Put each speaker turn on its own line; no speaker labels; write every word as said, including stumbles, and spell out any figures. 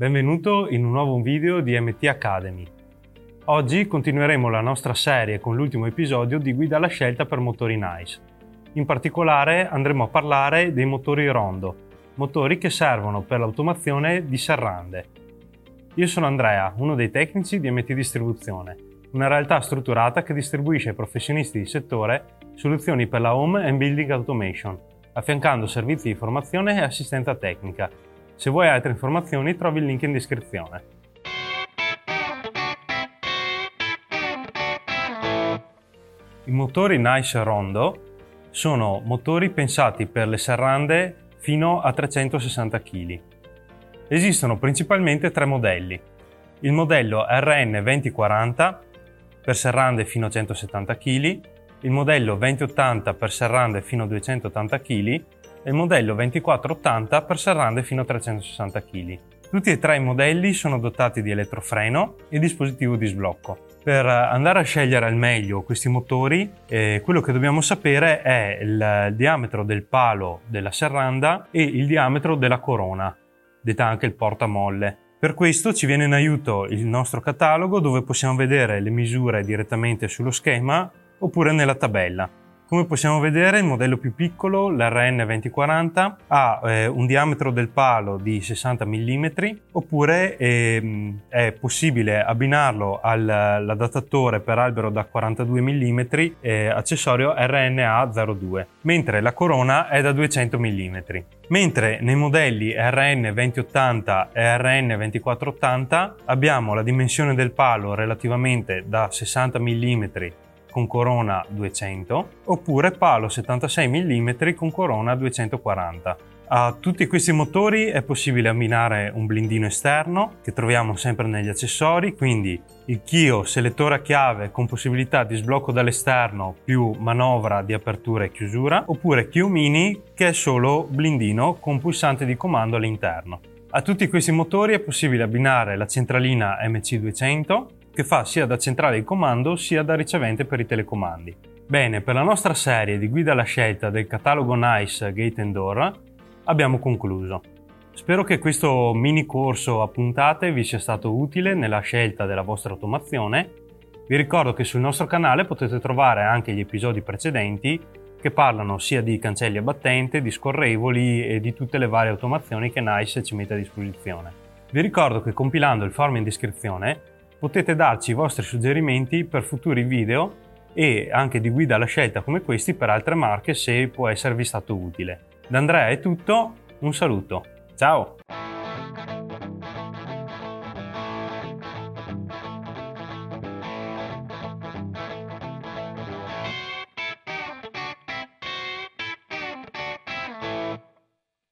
Benvenuto in un nuovo video di M T Academy. Oggi continueremo la nostra serie con l'ultimo episodio di Guida alla scelta per motori NICE. In particolare andremo a parlare dei motori Rondo, motori che servono per l'automazione di serrande. Io sono Andrea, uno dei tecnici di M T Distribuzione, una realtà strutturata che distribuisce ai professionisti di settore soluzioni per la home and building automation, affiancando servizi di formazione e assistenza tecnica. Se vuoi altre informazioni trovi il link in descrizione. I motori NICE Rondo sono motori pensati per le serrande fino a trecentosessanta chilogrammi. Esistono principalmente tre modelli. Il modello R N venti quaranta per serrande fino a centosettanta chilogrammi, il modello venti ottanta per serrande fino a duecentottanta chilogrammi e il modello ventiquattro ottanta per serrande fino a trecentosessanta chilogrammi. Tutti e tre i modelli sono dotati di elettrofreno e dispositivo di sblocco. Per andare a scegliere al meglio questi motori, eh, quello che dobbiamo sapere è il, il diametro del palo della serranda e il diametro della corona, detta anche il portamolle. Per questo ci viene in aiuto il nostro catalogo, dove possiamo vedere le misure direttamente sullo schema oppure nella tabella. Come possiamo vedere, il modello più piccolo, l'R N venti quaranta, ha eh, un diametro del palo di sessanta millimetri, oppure eh, è possibile abbinarlo all'adattatore per albero da quarantadue millimetri, eh, accessorio R N A zero due, mentre la corona è da duecento millimetri. Mentre nei modelli R N venti ottanta e R N ventiquattro ottanta abbiamo la dimensione del palo relativamente da sessanta millimetri con corona duecento, oppure palo settantasei millimetri con corona duecentoquaranta. A tutti questi motori è possibile abbinare un blindino esterno che troviamo sempre negli accessori, quindi il Chio selettore a chiave con possibilità di sblocco dall'esterno più manovra di apertura e chiusura, oppure Chio Mini che è solo blindino con pulsante di comando all'interno. A tutti questi motori è possibile abbinare la centralina M C duecento che fa sia da centrale di comando sia da ricevente per i telecomandi. Bene, per la nostra serie di guida alla scelta del catalogo NICE Gate and Door abbiamo concluso. Spero che questo mini corso a puntate vi sia stato utile nella scelta della vostra automazione. Vi ricordo che sul nostro canale potete trovare anche gli episodi precedenti che parlano sia di cancelli a battente, di scorrevoli e di tutte le varie automazioni che NICE ci mette a disposizione. Vi ricordo che compilando il form in descrizione potete darci i vostri suggerimenti per futuri video e anche di guida alla scelta come questi per altre marche se può esservi stato utile. Da Andrea è tutto, un saluto, ciao!